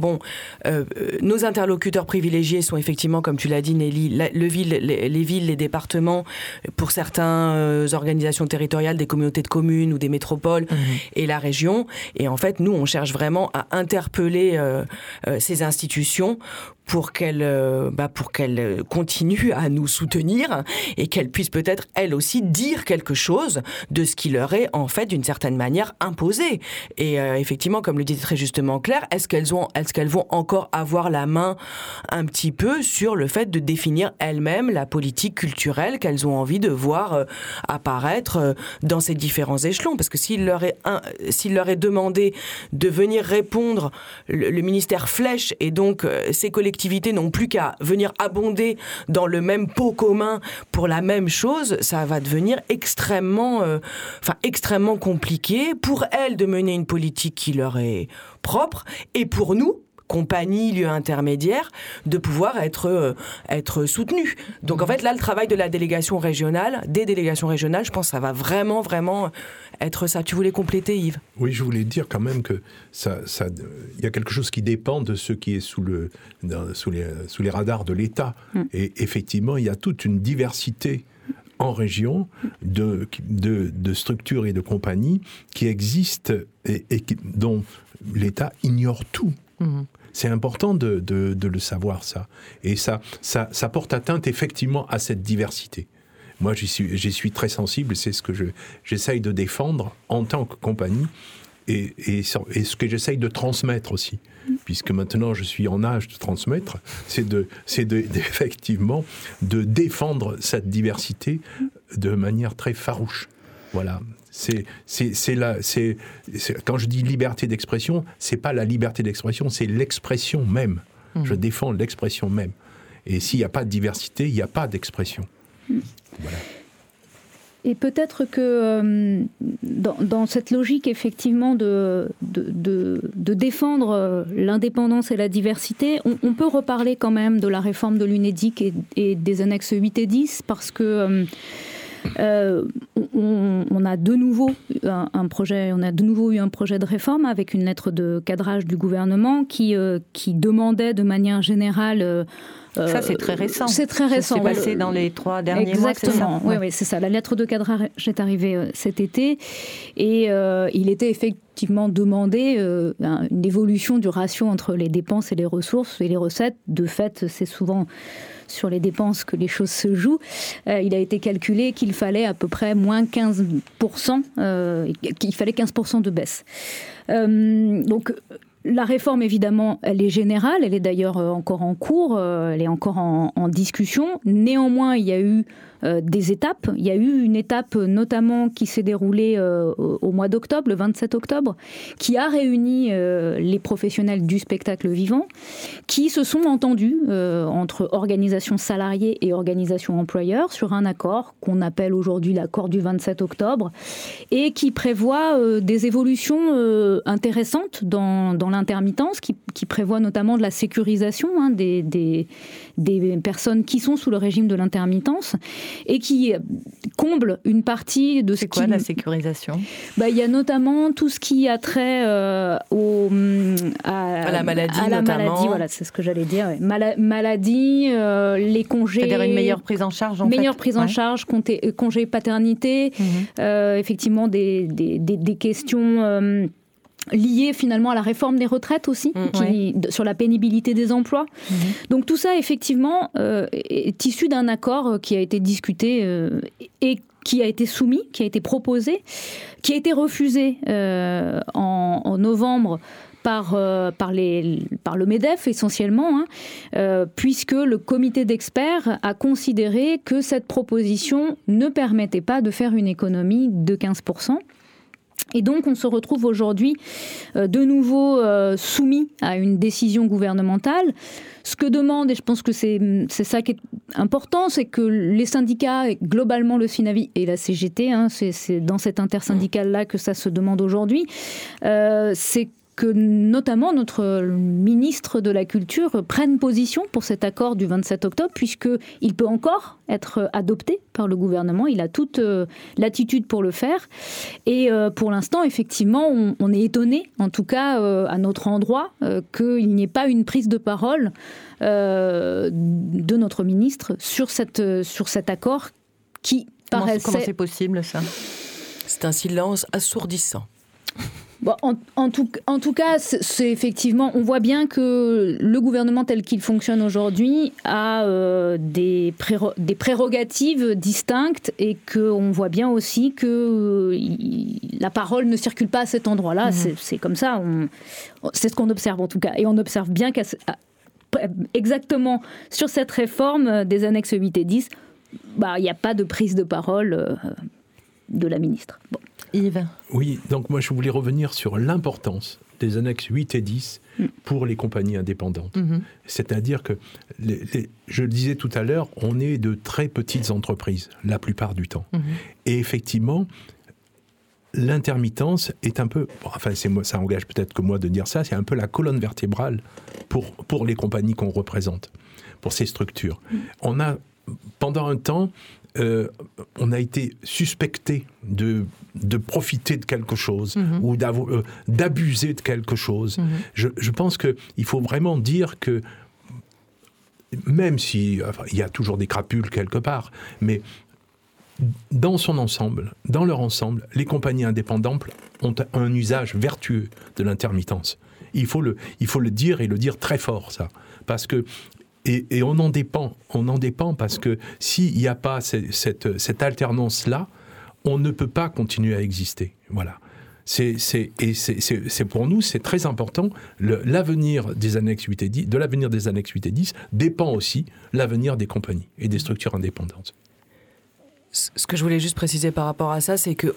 Speaker 2: nos interlocuteurs privilégiés sont effectivement, comme tu l'as dit Nelly, les villes, les départements, pour certaines organisations territoriales, des communautés de communes ou des métropoles, et la région. Et en fait, nous, on cherche vraiment à interpeller ces institutions pour qu'elles continuent à nous soutenir et qu'elles puissent peut-être, elles aussi, dire quelque chose de ce qui leur est, en fait, d'une certaine manière, imposé. Et effectivement, comme le disait très justement Claire, est-ce qu'elles vont encore avoir la main un petit peu sur le fait de définir elles-mêmes la politique culturelle qu'elles ont envie de voir apparaître dans ces différents échelons? Parce que s'il leur est demandé de venir répondre, le ministère flèche, et donc ces collectivités n'ont plus qu'à venir abonder dans le même pot commun pour la même chose, ça va devenir extrêmement compliqué pour elles de mener une politique qui leur est propre, et pour nous, compagnies, lieux intermédiaires, de pouvoir être soutenus. Donc en fait, là, le travail de la délégation régionale, des délégations régionales, je pense que ça va vraiment, vraiment être ça. Tu voulais compléter, Yves ?
Speaker 3: Oui, je voulais dire quand même que y a quelque chose qui dépend de ce qui est sous les radars de l'État. Et effectivement, il y a toute une diversité en région de structures et de compagnies qui existent et dont l'État ignore tout. C'est important de le savoir, ça. Et ça porte atteinte effectivement à cette diversité. Moi, j'y suis très sensible, c'est ce que j'essaye de défendre en tant que compagnie et ce que j'essaye de transmettre aussi. Puisque maintenant je suis en âge de transmettre, c'est effectivement de défendre cette diversité de manière très farouche. Voilà. Quand je dis liberté d'expression, c'est pas la liberté d'expression, c'est l'expression même. Je défends l'expression même. Et s'il n'y a pas de diversité, il n'y a pas d'expression. Voilà.
Speaker 4: Et peut-être que dans cette logique effectivement de défendre l'indépendance et la diversité, on peut reparler quand même de la réforme de l'UNEDIC et des annexes 8 et 10 parce que on a de nouveau eu un projet de réforme avec une lettre de cadrage du gouvernement qui demandait de manière générale.
Speaker 1: Ça, c'est très récent.
Speaker 4: C'est très récent.
Speaker 1: C'est passé dans les 3 derniers mois, c'est ça ?
Speaker 4: Exactement, oui, c'est ça. La lettre de cadrage est arrivée cet été et il était effectivement demandé une évolution du ratio entre les dépenses et les ressources et les recettes. De fait, c'est souvent sur les dépenses que les choses se jouent. Il a été calculé qu'il fallait à peu près moins 15%, qu'il fallait 15% de baisse. Donc, la réforme, évidemment, elle est générale, elle est d'ailleurs encore en cours, elle est encore en discussion. Néanmoins, il y a eu des étapes. Il y a eu une étape notamment qui s'est déroulée au mois d'octobre, le 27 octobre, qui a réuni les professionnels du spectacle vivant, qui se sont entendus entre organisations salariées et organisations employeurs sur un accord qu'on appelle aujourd'hui l'accord du 27 octobre et qui prévoit des évolutions intéressantes dans l'intermittence, qui prévoit notamment de la sécurisation des personnes qui sont sous le régime de l'intermittence et qui comble une partie de ce qui...
Speaker 1: C'est quoi la sécurisation ?
Speaker 4: Il y a notamment tout ce qui a trait à
Speaker 2: la maladie,
Speaker 4: à la
Speaker 2: notamment.
Speaker 4: Maladie, voilà, c'est ce que j'allais dire. Ouais. Maladie, les congés...
Speaker 1: C'est-à-dire une meilleure prise en charge,
Speaker 4: meilleure prise en charge, congé paternité, effectivement des questions... lié finalement à la réforme des retraites aussi, sur la pénibilité des emplois. Donc tout ça, effectivement, est issu d'un accord qui a été discuté et qui a été soumis, qui a été proposé, qui a été refusé en novembre par le MEDEF essentiellement, puisque le comité d'experts a considéré que cette proposition ne permettait pas de faire une économie de 15%. Et donc, on se retrouve aujourd'hui de nouveau soumis à une décision gouvernementale. Ce que demande, et je pense que c'est ça qui est important, c'est que les syndicats, globalement le Finavi et la CGT, c'est dans cet intersyndical-là que ça se demande aujourd'hui, c'est que notamment notre ministre de la Culture prenne position pour cet accord du 27 octobre, puisqu'il peut encore être adopté par le gouvernement. Il a toute l'attitude pour le faire. Et pour l'instant, effectivement, on est étonné, en tout cas à notre endroit, qu'il n'y ait pas une prise de parole de notre ministre sur cet accord qui paraissait...
Speaker 1: Comment c'est possible, ça ?
Speaker 2: C'est un silence assourdissant.
Speaker 4: Bon, en tout cas, c'est effectivement, on voit bien que le gouvernement tel qu'il fonctionne aujourd'hui a des prérogatives distinctes et qu'on voit bien aussi que la parole ne circule pas à cet endroit-là. C'est comme ça, c'est ce qu'on observe en tout cas. Et on observe bien exactement sur cette réforme des annexes 8 et 10, il n'y a pas de prise de parole de la ministre. Bon.
Speaker 1: Yves ?
Speaker 3: Oui, donc moi je voulais revenir sur l'importance des annexes 8 et 10 pour les compagnies indépendantes. C'est-à-dire que, je le disais tout à l'heure, on est de très petites entreprises, la plupart du temps. Et effectivement, l'intermittence est un peu, ça engage peut-être que moi de dire ça, c'est un peu la colonne vertébrale pour les compagnies qu'on représente, pour ces structures. On a, pendant un temps, on a été suspecté de profiter de quelque chose ou d'abuser de quelque chose. Je pense qu'il faut vraiment dire que, même si il y a toujours des crapules quelque part, mais dans leur ensemble, les compagnies indépendantes ont un usage vertueux de l'intermittence. Il faut le dire, et le dire très fort, ça. Parce que et on en dépend parce que s'il n'y a pas cette alternance-là, on ne peut pas continuer à exister. Voilà. C'est pour nous, c'est très important. L'avenir des annexes 8 et 10, de l'avenir des annexes 8 et 10 dépend aussi l'avenir des compagnies et des structures indépendantes.
Speaker 2: Ce que je voulais juste préciser par rapport à ça, c'est que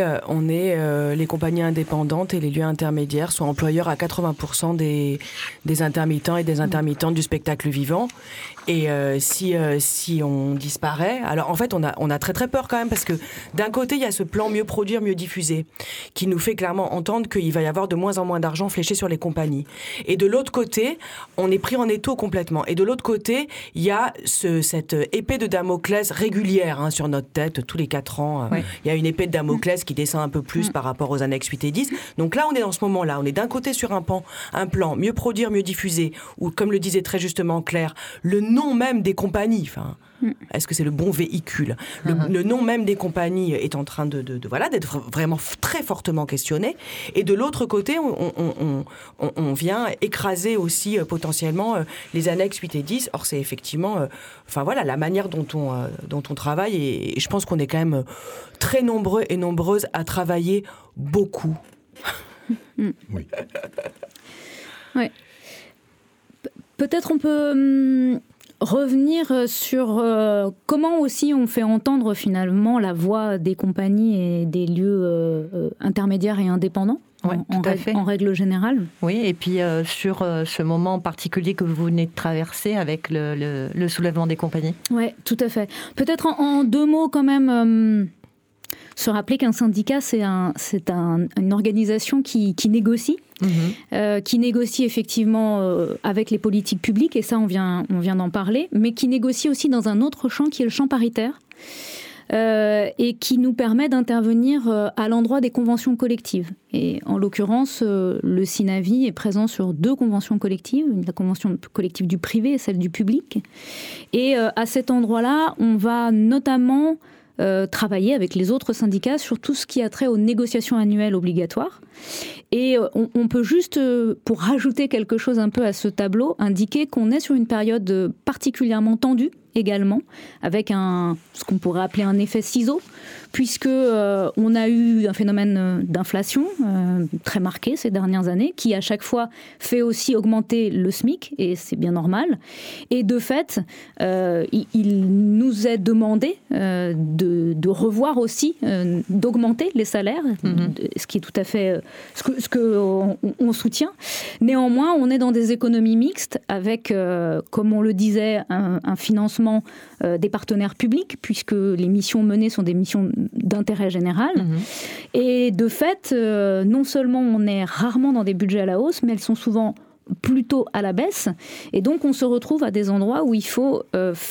Speaker 2: les compagnies indépendantes et les lieux intermédiaires sont employeurs à 80% des intermittents et des intermittentes du spectacle vivant. Et si on disparaît, alors en fait on a très très peur quand même, parce que d'un côté il y a ce plan mieux produire, mieux diffuser, qui nous fait clairement entendre qu'il va y avoir de moins en moins d'argent fléché sur les compagnies. Et de l'autre côté, on est pris en étau complètement. Et de l'autre côté, il y a cette épée de Damoclès régulière sur notre tête, tous les 4 ans. Il y a une épée de Damoclès qui descend un peu plus par rapport aux annexes 8 et 10. Donc là, on est dans ce moment-là. On est d'un côté sur un plan mieux produire, mieux diffuser, ou comme le disait très justement Claire, le nom même des compagnies, est-ce que c'est le bon véhicule ? Le nom même des compagnies est en train d'être vraiment très fortement questionné. Et de l'autre côté, on vient écraser aussi potentiellement les annexes 8 et 10. Or, c'est effectivement la manière dont on travaille. Et je pense qu'on est quand même très nombreux et nombreuses à travailler beaucoup.
Speaker 3: Oui.
Speaker 4: Ouais. Peut-être on peut revenir sur comment aussi on fait entendre finalement la voix des compagnies et des lieux intermédiaires et indépendants. En règle générale.
Speaker 1: Oui, et puis sur ce moment particulier que vous venez de traverser avec le soulèvement des compagnies. Oui,
Speaker 4: tout à fait. Peut-être en 2 mots quand même, se rappeler qu'un syndicat, c'est une organisation qui négocie. Qui négocie effectivement avec les politiques publiques, et ça on vient d'en parler, mais qui négocie aussi dans un autre champ qui est le champ paritaire. Et qui nous permet d'intervenir à l'endroit des conventions collectives. Et en l'occurrence, le SINAVI est présent sur 2 conventions collectives, la convention collective du privé et celle du public. Et à cet endroit-là, on va notamment travailler avec les autres syndicats sur tout ce qui a trait aux négociations annuelles obligatoires. Et on peut juste, pour rajouter quelque chose un peu à ce tableau, indiquer qu'on est sur une période particulièrement tendue également, avec ce qu'on pourrait appeler un effet ciseau, puisque on a eu un phénomène d'inflation très marqué ces dernières années, qui à chaque fois fait aussi augmenter le SMIC, et c'est bien normal. Et de fait, il nous est demandé de revoir aussi, d'augmenter les salaires, ce qui est tout à fait ce qu'on soutient. Néanmoins, on est dans des économies mixtes avec, comme on le disait, un financement des partenaires publics, puisque les missions menées sont des missions d'intérêt général. Et de fait, non seulement on est rarement dans des budgets à la hausse, mais elles sont souvent plutôt à la baisse. Et donc, on se retrouve à des endroits où il faut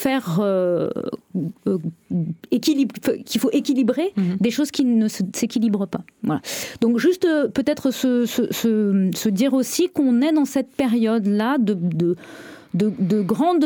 Speaker 4: qu'il faut équilibrer des choses qui ne s'équilibrent pas. Voilà. Donc, juste peut-être se dire aussi qu'on est dans cette période-là de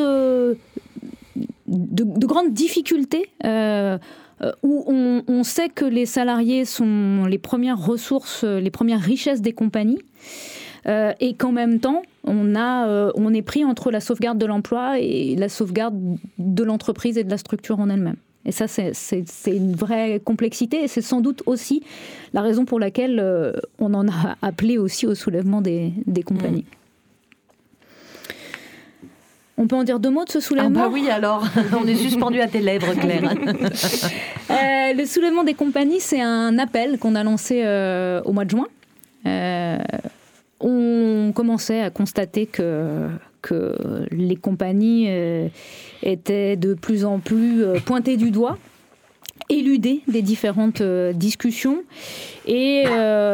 Speaker 4: grandes difficultés où on sait que les salariés sont les premières ressources, les premières richesses des compagnies, et qu'en même temps, on est pris entre la sauvegarde de l'emploi et la sauvegarde de l'entreprise et de la structure en elle-même. Et ça, c'est une vraie complexité, et c'est sans doute aussi la raison pour laquelle on en a appelé aussi au soulèvement des compagnies. On peut en dire 2 mots de ce soulèvement ?
Speaker 1: Oui, alors, on est suspendu à tes lèvres, Claire.
Speaker 4: Le soulèvement des compagnies, c'est un appel qu'on a lancé au mois de juin. On commençait à constater que les compagnies étaient de plus en plus pointées du doigt. éludé des différentes discussions. Et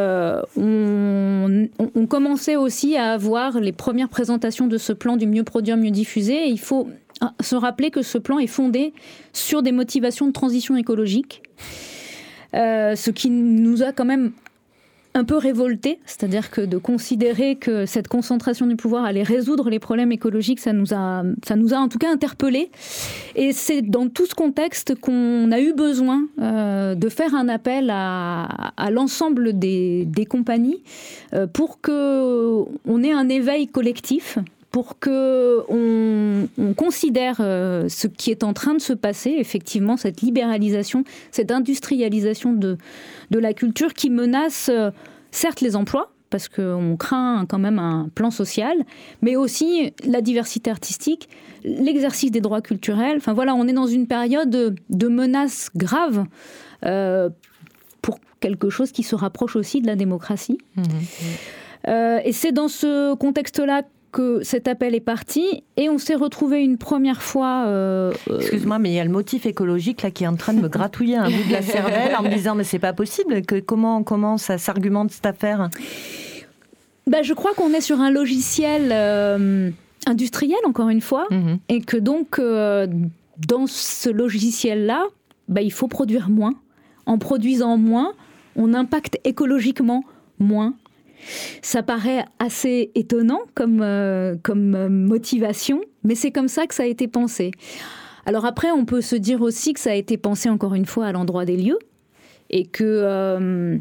Speaker 4: on commençait aussi à avoir les premières présentations de ce plan du mieux produire, mieux diffuser. Et il faut se rappeler que ce plan est fondé sur des motivations de transition écologique, ce qui nous a quand même un peu révolté, c'est-à-dire que de considérer que cette concentration du pouvoir allait résoudre les problèmes écologiques, ça nous a en tout cas interpellés. Et c'est dans tout ce contexte qu'on a eu besoin de faire un appel à l'ensemble des compagnies pour qu'on ait un éveil collectif, pour qu'on considère ce qui est en train de se passer, effectivement, cette libéralisation, cette industrialisation de la culture qui menace certes les emplois, parce qu'on craint quand même un plan social, mais aussi la diversité artistique, l'exercice des droits culturels. Enfin voilà, on est dans une période de menaces graves pour quelque chose qui se rapproche aussi de la démocratie. Et c'est dans ce contexte-là que cet appel est parti et on s'est retrouvé une première fois...
Speaker 1: Excuse-moi, mais il y a le motif écologique là qui est en train de me gratouiller un bout de la cervelle en me disant mais c'est pas possible, comment ça s'argumente cette affaire?
Speaker 4: Je crois qu'on est sur un logiciel industriel, encore une fois, et que donc dans ce logiciel-là, il faut produire moins. En produisant moins, on impacte écologiquement moins. Ça paraît assez étonnant comme motivation, mais c'est comme ça que ça a été pensé. Alors après, on peut se dire aussi que ça a été pensé encore une fois à l'endroit des lieux et que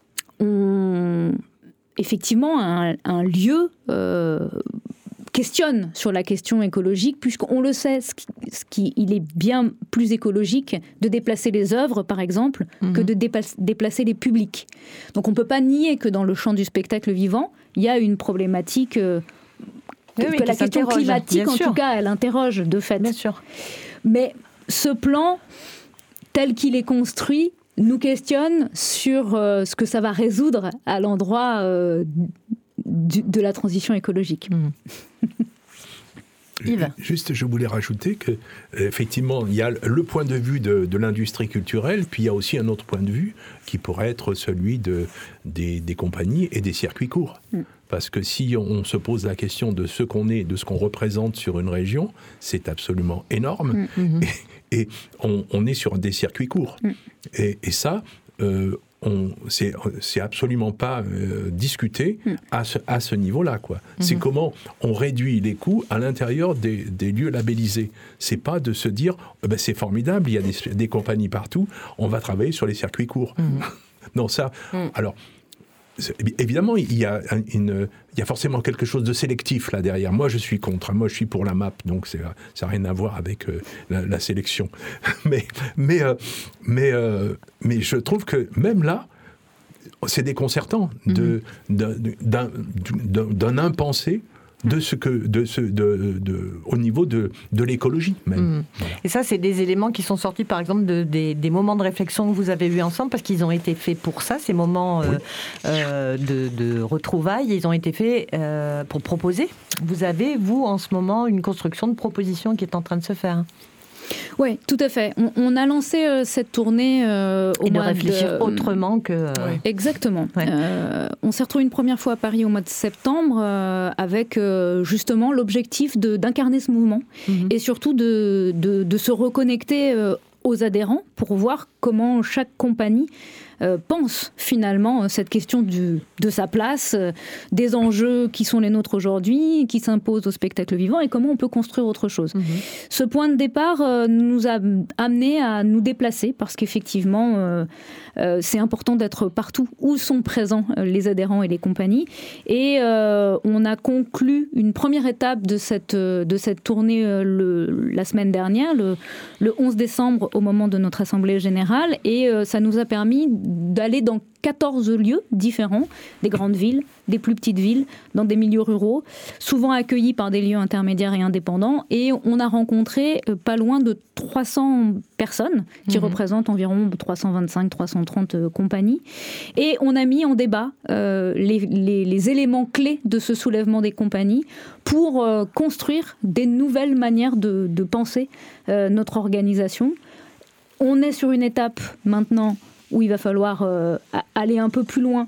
Speaker 4: effectivement un lieu questionne sur la question écologique, puisqu'on le sait, il est bien plus écologique de déplacer les œuvres, par exemple, que de déplacer les publics. Donc on ne peut pas nier que dans le champ du spectacle vivant, il y a une problématique que la question climatique, en tout cas, elle interroge de fait.
Speaker 1: Bien sûr.
Speaker 4: Mais ce plan, tel qu'il est construit, nous questionne sur ce que ça va résoudre à l'endroit de la transition écologique.
Speaker 1: Yves.
Speaker 3: Juste, je voulais rajouter que effectivement, il y a le point de vue de l'industrie culturelle, puis il y a aussi un autre point de vue qui pourrait être celui des compagnies et des circuits courts. Parce que si on se pose la question de ce qu'on est, de ce qu'on représente sur une région, c'est absolument énorme. Et on est sur des circuits courts. Et ça... c'est absolument pas discuté à ce niveau-là, quoi. C'est comment on réduit les coûts à l'intérieur des lieux labellisés. C'est pas de se dire c'est formidable, il y a des compagnies partout, on va travailler sur les circuits courts. Non, ça. Alors. Évidemment, il y a forcément quelque chose de sélectif là derrière. Moi, je suis contre. Moi, je suis pour la MAP, donc ça n'a rien à voir avec la sélection. Mais je trouve que même là, c'est déconcertant d'un impensé au niveau de l'écologie même. Voilà.
Speaker 1: Et ça, c'est des éléments qui sont sortis, par exemple, des moments de réflexion que vous avez eus ensemble, parce qu'ils ont été faits pour ça, ces moments de retrouvailles, ils ont été faits pour proposer. Vous avez, vous, en ce moment, une construction de propositions qui est en train de se faire.
Speaker 4: Oui, tout à fait. On a lancé cette tournée au mois de
Speaker 1: réfléchir autrement que...
Speaker 4: Exactement.
Speaker 1: Ouais.
Speaker 4: On s'est retrouvé une première fois à Paris au mois de septembre avec justement l'objectif d'incarner ce mouvement et surtout de se reconnecter aux adhérents pour voir comment chaque compagnie pense finalement cette question de sa place, des enjeux qui sont les nôtres aujourd'hui, qui s'imposent au spectacle vivant et comment on peut construire autre chose. Ce point de départ nous a amené à nous déplacer parce qu'effectivement c'est important d'être partout où sont présents les adhérents et les compagnies et on a conclu une première étape de cette tournée la semaine dernière, le 11 décembre au moment de notre assemblée générale et ça nous a permis d'aller dans 14 lieux différents, des grandes villes, des plus petites villes, dans des milieux ruraux, souvent accueillis par des lieux intermédiaires et indépendants. Et on a rencontré pas loin de 300 personnes qui représentent environ 325-330 compagnies. Et on a mis en débat les éléments clés de ce soulèvement des compagnies pour construire des nouvelles manières de penser notre organisation. on est sur une étape maintenant où il va falloir aller un peu plus loin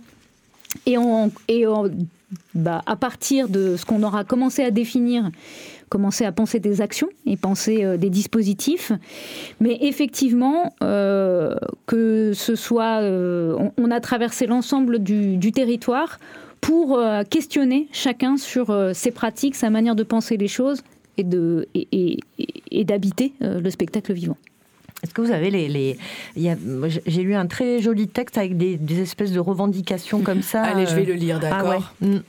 Speaker 4: à partir de ce qu'on aura commencé à définir, commencer à penser des actions et penser des dispositifs. Mais effectivement, que ce soit... on a traversé l'ensemble du territoire pour questionner chacun sur ses pratiques, sa manière de penser les choses et d'habiter le spectacle vivant.
Speaker 1: Est-ce que vous avez j'ai lu un très joli texte avec des espèces de revendications comme ça.
Speaker 2: Allez, je vais le lire, d'accord.
Speaker 1: Ah ouais.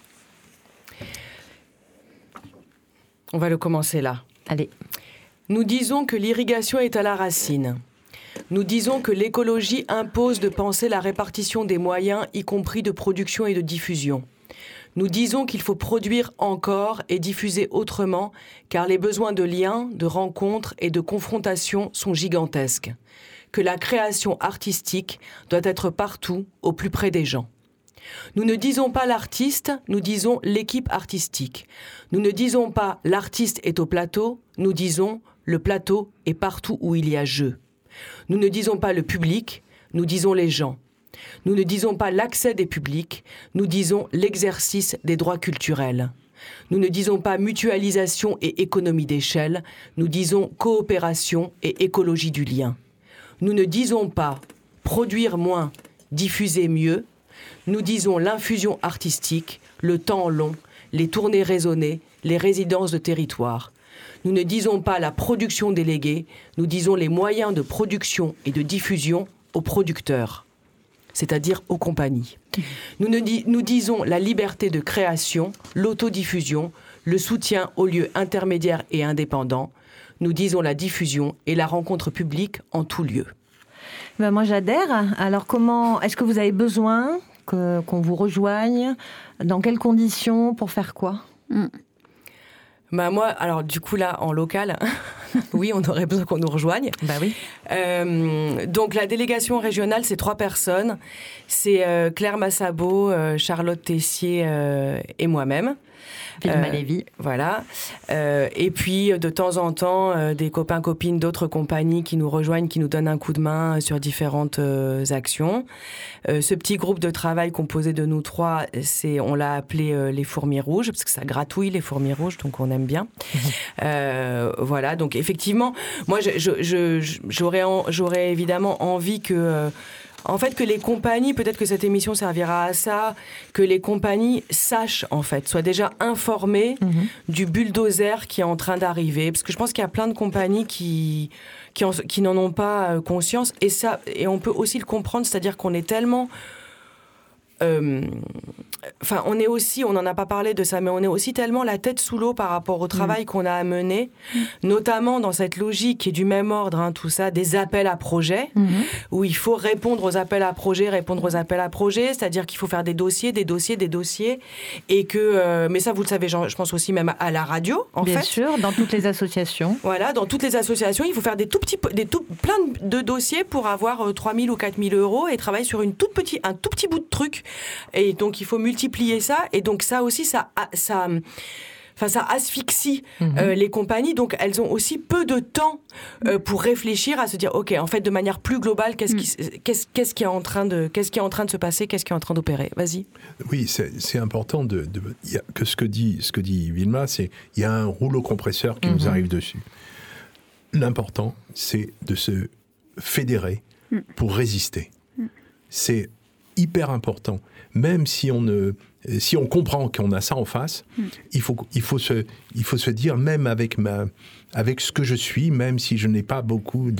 Speaker 2: On va le commencer là.
Speaker 1: Allez.
Speaker 2: Nous disons que l'irrigation est à la racine. Nous disons que l'écologie impose de penser la répartition des moyens, y compris de production et de diffusion. Nous disons qu'il faut produire encore et diffuser autrement, car les besoins de liens, de rencontres et de confrontation sont gigantesques. Que la création artistique doit être partout, au plus près des gens. Nous ne disons pas l'artiste, nous disons l'équipe artistique. Nous ne disons pas l'artiste est au plateau, nous disons le plateau est partout où il y a jeu. Nous ne disons pas le public, nous disons les gens. Nous ne disons pas l'accès des publics, nous disons l'exercice des droits culturels. Nous ne disons pas mutualisation et économie d'échelle, nous disons coopération et écologie du lien. Nous ne disons pas produire moins, diffuser mieux, nous disons l'infusion artistique, le temps long, les tournées raisonnées, les résidences de territoire. Nous ne disons pas la production déléguée, nous disons les moyens de production et de diffusion aux producteurs, c'est-à-dire aux compagnies. Nous disons la liberté de création, l'autodiffusion, le soutien aux lieux intermédiaires et indépendants. Nous disons la diffusion et la rencontre publique en tout lieu.
Speaker 1: Ben moi j'adhère. Alors est-ce que vous avez besoin qu'on vous rejoigne? Dans quelles conditions? Pour faire quoi?
Speaker 2: Bah moi, alors du coup là, en local, oui, on aurait besoin qu'on nous rejoigne.
Speaker 1: Bah oui.
Speaker 2: Donc la délégation régionale, c'est 3 personnes. C'est Claire Massabo, Charlotte Tessier et moi-même.
Speaker 1: Vilma Lévy.
Speaker 2: Voilà. Et puis, de temps en temps, des copains-copines d'autres compagnies qui nous rejoignent, qui nous donnent un coup de main sur différentes actions. Ce petit groupe de travail composé de nous 3, on l'a appelé les fourmis rouges, parce que ça gratouille, les fourmis rouges, donc on aime bien. Voilà. Donc, effectivement, moi, j'aurais évidemment envie que... En fait, que les compagnies, peut-être que cette émission servira à ça, que les compagnies sachent, en fait, soient déjà informées du bulldozer qui est en train d'arriver. Parce que je pense qu'il y a plein de compagnies qui n'en ont pas conscience. Et on peut aussi le comprendre, c'est-à-dire qu'on est tellement... on est aussi, on n'en a pas parlé de ça, mais on est aussi tellement la tête sous l'eau par rapport au travail qu'on a à mener, notamment dans cette logique qui est du même ordre, tout ça, des appels à projets, où il faut répondre aux appels à projets, c'est-à-dire qu'il faut faire des dossiers, et que, mais ça vous le savez, je pense aussi même à la radio, en fait.
Speaker 1: Bien sûr, dans toutes les associations.
Speaker 2: Voilà, dans toutes les associations, il faut faire plein de dossiers pour avoir 3 000 ou 4 000 euros et travailler sur un tout petit bout de truc. Et donc, il faut multiplier ça. Et donc, ça aussi, ça asphyxie les compagnies. Donc, elles ont aussi peu de temps pour réfléchir à se dire, OK, en fait, de manière plus globale, qu'est-ce qui est en train de se passer, qu'est-ce qui est en train d'opérer? Vas-y.
Speaker 3: Oui, c'est important que ce que dit Vilma, c'est il y a un rouleau compresseur qui nous arrive dessus. L'important, c'est de se fédérer pour résister. C'est hyper important. Même si on comprend qu'on a ça en face, il faut se dire, même avec ce que je suis, même si je n'ai pas beaucoup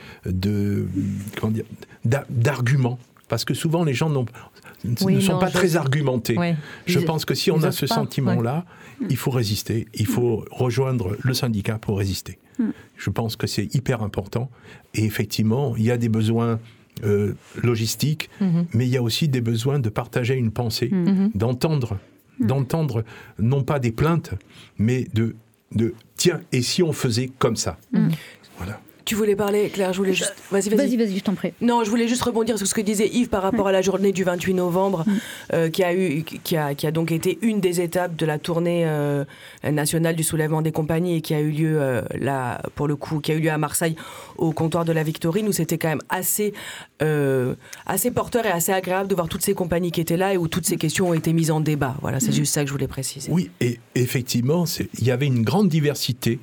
Speaker 3: d'arguments, parce que souvent les gens ne sont pas très argumentés. Oui. Je pense que si on a ce sentiment-là, il faut résister, il faut rejoindre le syndicat pour résister. Je pense que c'est hyper important. Et effectivement, il y a des besoins logistique, mais il y a aussi des besoins de partager une pensée, d'entendre non pas des plaintes, mais de tiens, et si on faisait comme ça? Voilà.
Speaker 2: Tu voulais parler, Claire, je voulais juste... Vas-y,
Speaker 4: Vas-y, je t'en prie.
Speaker 2: Non, je voulais juste rebondir sur ce que disait Yves par rapport à la journée du 28 novembre, qui a donc été une des étapes de la tournée nationale du soulèvement des compagnies et qui a eu lieu, pour le coup, qui a eu lieu à Marseille, au comptoir de la Victorine, où c'était quand même assez porteur et assez agréable de voir toutes ces compagnies qui étaient là et où toutes ces questions ont été mises en débat. Voilà, c'est juste ça que je voulais préciser.
Speaker 3: Oui, et effectivement, il y avait une grande diversité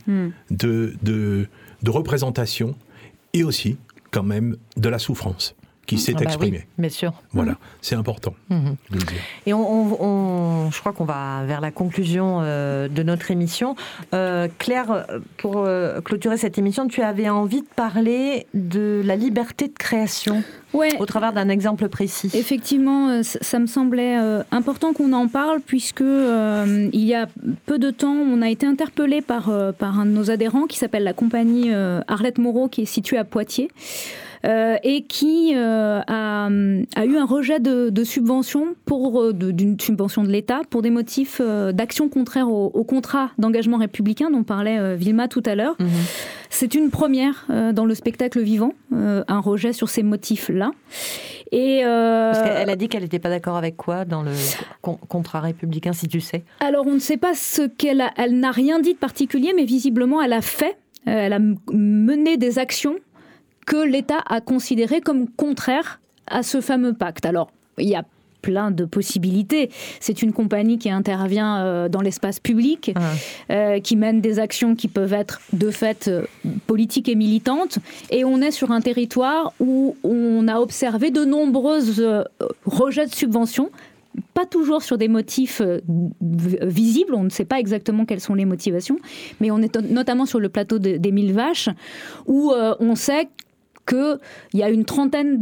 Speaker 3: de représentation et aussi, quand même, de la souffrance qui s'est exprimée.
Speaker 1: Oui, bien sûr.
Speaker 3: Voilà, c'est important de le dire.
Speaker 1: Et je crois qu'on va vers la conclusion de notre émission. Claire, pour clôturer cette émission, tu avais envie de parler de la liberté de création.
Speaker 4: Ouais.
Speaker 1: Au travers d'un exemple précis.
Speaker 4: Effectivement, ça me semblait important qu'on en parle puisque il y a peu de temps, on a été interpellé par un de nos adhérents qui s'appelle la compagnie Arlette Moreau, qui est située à Poitiers. Et qui a eu un rejet de subvention d'une subvention de l'État pour des motifs d'action contraire au contrat d'engagement républicain dont parlait Vilma tout à l'heure. C'est une première dans le spectacle vivant, un rejet sur ces motifs-là. Et
Speaker 1: parce qu'elle a dit qu'elle n'était pas d'accord avec quoi dans le contrat républicain, si tu sais.
Speaker 4: Alors on ne sait pas ce qu'elle a. Elle n'a rien dit de particulier, mais visiblement elle a fait. Elle a mené des actions que l'État a considéré comme contraire à ce fameux pacte. Alors, il y a plein de possibilités. C'est une compagnie qui intervient dans l'espace public, qui mène des actions qui peuvent être de fait politiques et militantes. Et on est sur un territoire où on a observé de nombreuses rejets de subventions, pas toujours sur des motifs visibles, on ne sait pas exactement quelles sont les motivations, mais on est notamment sur le plateau des Mille Vaches, où on sait qu'il y a une trentaine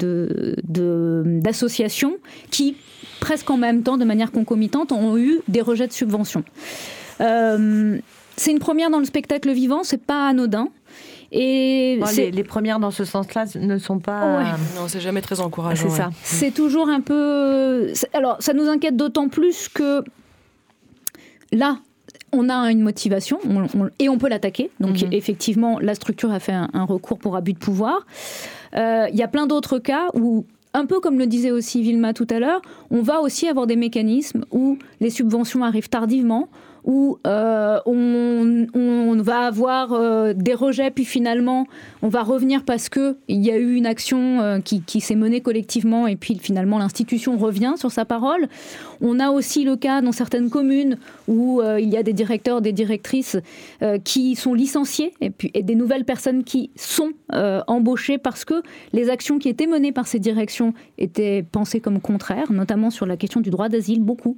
Speaker 4: d'associations qui, presque en même temps, de manière concomitante, ont eu des rejets de subventions. C'est une première dans le spectacle vivant, c'est pas anodin. Et
Speaker 1: les premières dans ce sens-là ne sont pas...
Speaker 4: Ouais.
Speaker 2: Non, c'est jamais très encourageant.
Speaker 1: C'est ça.
Speaker 4: C'est toujours un peu... Alors, ça nous inquiète d'autant plus que là, on a une motivation et on peut l'attaquer. Donc, effectivement, la structure a fait un recours pour abus de pouvoir. Il y a plein d'autres cas où, un peu comme le disait aussi Vilma tout à l'heure, on va aussi avoir des mécanismes où les subventions arrivent tardivement, où on va avoir des rejets, puis finalement on va revenir parce qu'il y a eu une action qui s'est menée collectivement et puis finalement l'institution revient sur sa parole. On a aussi le cas dans certaines communes où il y a des directeurs, des directrices qui sont licenciés et des nouvelles personnes qui sont embauchées parce que les actions qui étaient menées par ces directions étaient pensées comme contraires, notamment sur la question du droit d'asile, beaucoup.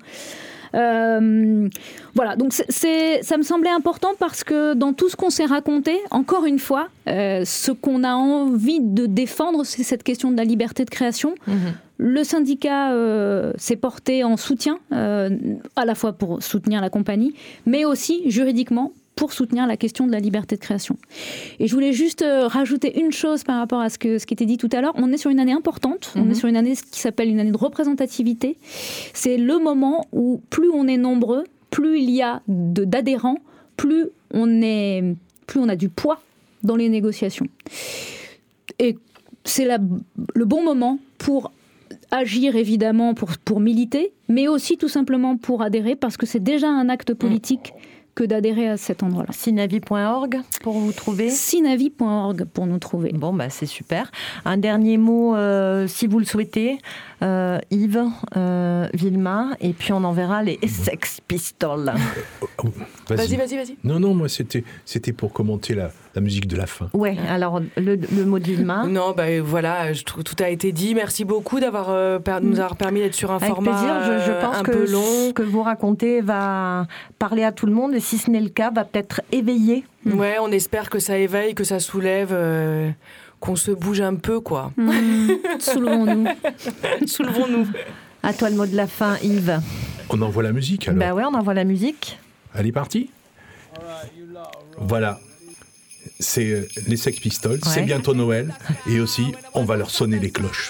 Speaker 4: Voilà, donc ça me semblait important parce que dans tout ce qu'on s'est raconté, encore une fois, ce qu'on a envie de défendre, c'est cette question de la liberté de création. Le syndicat s'est porté en soutien, à la fois pour soutenir la compagnie, mais aussi juridiquement pour soutenir la question de la liberté de création. Et je voulais juste rajouter une chose par rapport à ce qui était dit tout à l'heure. On est sur une année importante, on est sur une année qui s'appelle une année de représentativité. C'est le moment où plus on est nombreux, plus il y a d'adhérents, plus on a du poids dans les négociations. Et c'est le bon moment pour agir, évidemment, pour militer, mais aussi tout simplement pour adhérer, parce que c'est déjà un acte politique que d'adhérer à cet endroit-là.
Speaker 1: Sinavi.org pour vous trouver.
Speaker 4: Sinavi.org pour nous trouver.
Speaker 1: Bon, bah c'est super. Un dernier mot, si vous le souhaitez, Yves, Vilma, et puis on enverra les Sex Pistols.
Speaker 2: Vas-y.
Speaker 3: Non, moi c'était pour commenter la musique de la fin.
Speaker 1: Ouais, alors le mot de Vilma.
Speaker 2: Non, voilà, je trouve tout a été dit. Merci beaucoup d'avoir nous avoir permis d'être sur un
Speaker 1: Avec
Speaker 2: format
Speaker 1: plaisir. Je pense
Speaker 2: un
Speaker 1: que
Speaker 2: peu long.
Speaker 1: Ce que vous racontez va parler à tout le monde, et si ce n'est le cas, va peut-être éveiller.
Speaker 2: Ouais, on espère que ça éveille, que ça soulève, qu'on se bouge un peu, quoi.
Speaker 4: Soulevons-nous.
Speaker 2: Soulevons-nous.
Speaker 1: À toi le mot de la fin, Yves.
Speaker 3: On envoie la musique alors.
Speaker 1: Bah ouais, on envoie la musique.
Speaker 3: Elle est partie. Voilà. C'est les Sex Pistols. C'est bientôt Noël. Et aussi, on va leur sonner les cloches.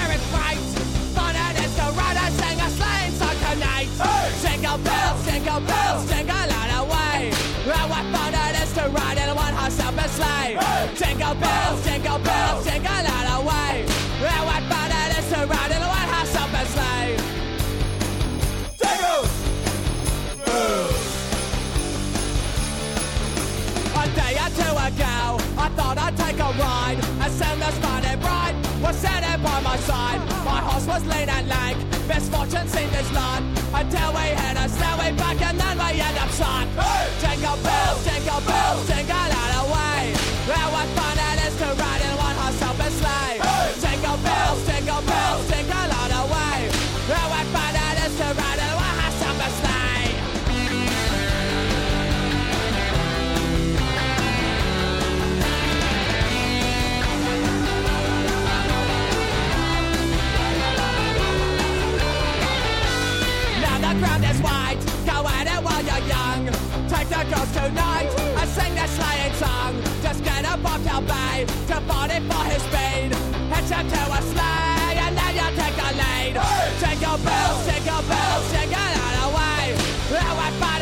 Speaker 5: Jingle bells, sleigh. Jingle bells, jingle all the way. Well, what fun it is to ride in a one-horse open sleigh. Jingle bells. A day or two ago, I thought I'd take a ride. As soon as Funny Bride was sitting by my side, my horse was lean and lank. Misfortune seemed his lot until we hit a stairway back and then we end up shot. Hey! Jingle bells, jingle all the way. Well, what fun it is to ride in one horse open sleigh. Hey! Jingle bells, jingle all the way. Well, what fun it is to ride in one horse open sleigh. The ground is white, go at it while you're young. Take the girls tonight and sing their sleighing song. Just get a bobtail bay to body for his speed. Hitch him to a sleigh and then you take the lead. Hey! Jingle bells, jingle all the way. Well,